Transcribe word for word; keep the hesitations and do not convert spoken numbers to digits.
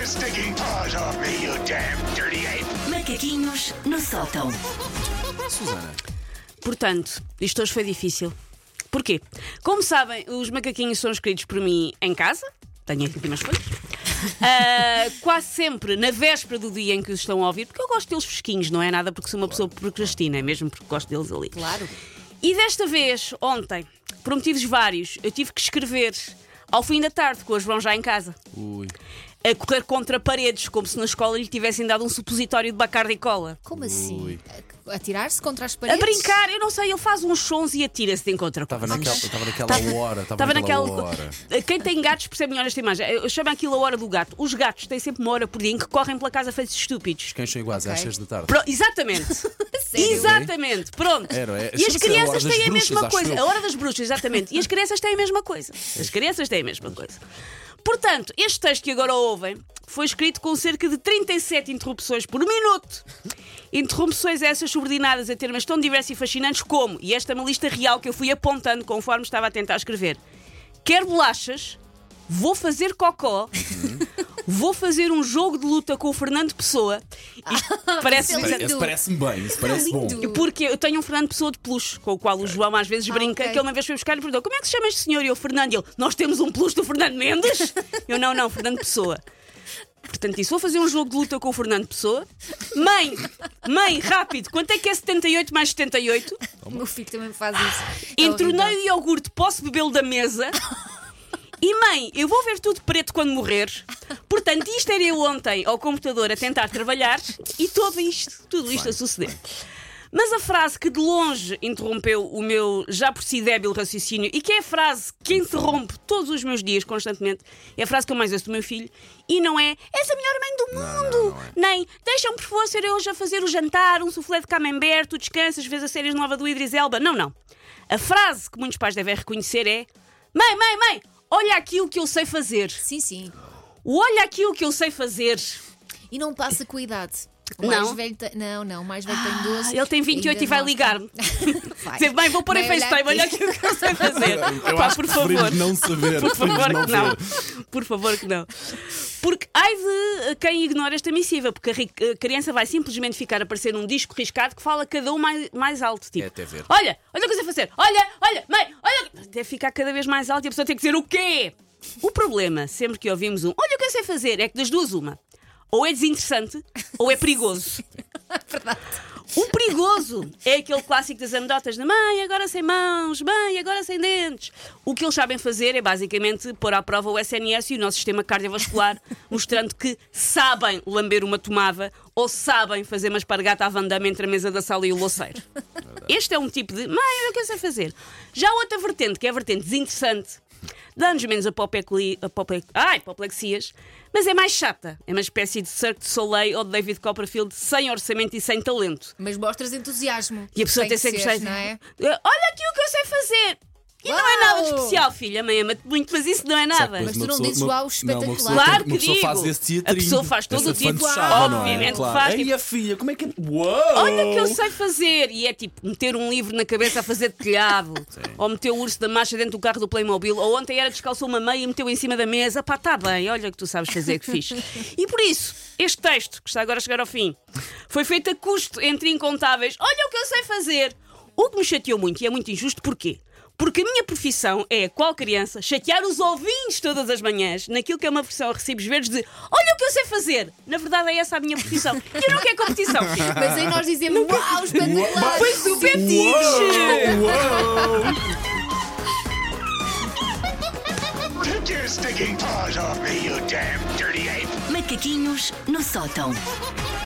stinking paws off me, you damn dirty ape! Macaquinhos no sótão. Susana. Portanto, isto hoje foi difícil. Porquê? Como sabem, os macaquinhos são escritos por mim em casa. Tenho aqui umas folhas. Uh, quase sempre na véspera do dia em que os estão a ouvir, porque eu gosto deles fresquinhos, não é nada porque sou uma pessoa procrastina, é mesmo porque gosto deles ali. Claro. E desta vez, ontem, por motivos vários, eu tive que escrever ao fim da tarde, com o João já em casa. Ui. A correr contra paredes, como se na escola lhe tivessem dado um supositório de Bacardi e cola. Como assim? Ui. Atirar-se contra as A paredes? brincar, eu não sei, ele faz uns sons e atira-se de encontro. Estava naquela, estava naquela hora. Estava Estava naquela, naquela hora. Quem tem gatos percebe melhor esta imagem. Eu chamo aquilo a hora do gato. Os gatos têm sempre uma hora por dia em que correm pela casa feitos estúpidos. Cães são iguais, é às Ok. seis da tarde. Pro- Exatamente. Sério? Exatamente. Pronto. Era, é. E as Chama-se a crianças hora das têm a bruxas, mesma acho coisa. eu. A hora das bruxas, exatamente. E as crianças têm a mesma coisa. As crianças têm a mesma coisa. Portanto, este texto que agora ouvem foi escrito com cerca de trinta e sete interrupções por minuto. Interrupções essas subordinadas a termos tão diversos e fascinantes como, e esta é uma lista real que eu fui apontando conforme estava a tentar escrever: quero bolachas, vou fazer cocó, vou fazer um jogo de luta com o Fernando Pessoa. Isto parece isso é lindo. Esse parece-me bem, isso parece bom. lindo. porque eu tenho um Fernando Pessoa de peluche, com o qual o João às vezes brinca, ok. que ele uma vez foi buscar e perguntou: como é que se chama este senhor? E eu, Fernando, e ele: nós temos um peluche do Fernando Mendes? Eu, não, não, Fernando Pessoa. Portanto, disse: vou fazer um jogo de luta com o Fernando Pessoa. Mãe, mãe, rápido, quanto é que é setenta e oito mais setenta e oito? O meu filho também faz isso. É Entornei horrível. o iogurte, posso bebê-lo da mesa? E mãe, eu vou ver tudo preto quando morrer. Portanto, isto era eu ontem ao computador a tentar trabalhar e tudo isto, tudo isto a suceder. Mas a frase que de longe interrompeu o meu já por si débil raciocínio e que é a frase que interrompe todos os meus dias constantemente, é a frase que eu mais ouço do meu filho, e não é: és a melhor mãe do mundo, não, não é. nem deixa-me por favor ser eu hoje a fazer o jantar, um soufflé de camembert, tu descansas, vês a série nova do Idris Elba. Não, não. A frase que muitos pais devem reconhecer é: mãe, mãe, mãe, olha aqui o que eu sei fazer. Sim, sim. Olha aqui o que eu sei fazer. E não passa com a idade. O Não. mais velho tem... Não, não, o mais velho tem doze. Ele tem vinte e oito ainda e vai mostra. ligar-me. Vai. Dizer: bem, vou pôr em Vai olhar FaceTime, olha aqui. aqui o que eu sei fazer. Eu Pá, acho por que favor. preferimos não saber. Por favor preferimos que não. ver. Por favor que não. Porque ai de quem ignora esta missiva, porque a ri- a criança vai simplesmente ficar a parecer um disco riscado que fala cada um mais, mais alto. Tipo: É até ver. olha, olha o que eu sei fazer. Olha, olha, mãe, olha. Até ficar cada vez mais alto e a pessoa tem que dizer o quê? O problema, sempre que ouvimos um olha o que eu sei fazer, é que das duas uma. Ou é desinteressante ou é perigoso. Verdade. O perigoso é aquele clássico das anedotas de mãe, agora sem mãos, mãe, agora sem dentes. O que eles sabem fazer é basicamente pôr à prova o S N S e o nosso sistema cardiovascular, mostrando que sabem lamber uma tomada ou sabem fazer uma espargata à vandama entre a mesa da sala e o louceiro. Este é um tipo de mãe, é o que eu sei fazer. Já a outra vertente, que é a vertente desinteressante, dá-nos menos apopecli... apope... Ai, apoplexias, mas é mais chata. É uma espécie de Cirque du Soleil ou de David Copperfield sem orçamento e sem talento. Mas mostras entusiasmo. E a pessoa Tem tem que sempre ser, que não é? olha aqui o que eu sei fazer. E não é Uau! nada de especial, filha. Mãe ama-te muito, mas isso não é nada. Mas tu Uma não pessoa- dizes uma- uau, não, uma espetacular. pessoa Claro tem- que uma pessoa digo. faz esse teatrinho, A pessoa faz todo essa o tipo, fantochada, não é? obviamente Claro. faz, Ei, tipo- a filha, como é que é? Uou! Olha que eu sei fazer. E é tipo meter um livro na cabeça a fazer de telhado. Ou meter o urso da marcha dentro do carro do Playmobil. Ou ontem era descalçou uma meia e meteu em cima da mesa. Pá, tá bem, olha que tu sabes fazer, que fixe. E por isso, este texto, que está agora a chegar ao fim, foi feito a custo entre incontáveis. Olha o que eu sei fazer. O que me chateou muito, e é muito injusto, porquê? Porque a minha profissão é, qual criança, chatear os ouvintes todas as manhãs naquilo que é uma versão a recibos verdes de olha o que eu sei fazer. Na verdade é essa a minha profissão. E eu não quero competição, filho. Mas aí nós dizemos uau, espetacular. Foi super fixe. Take your stinking paws off me, you damn dirty ape! Macaquinhos no sótão.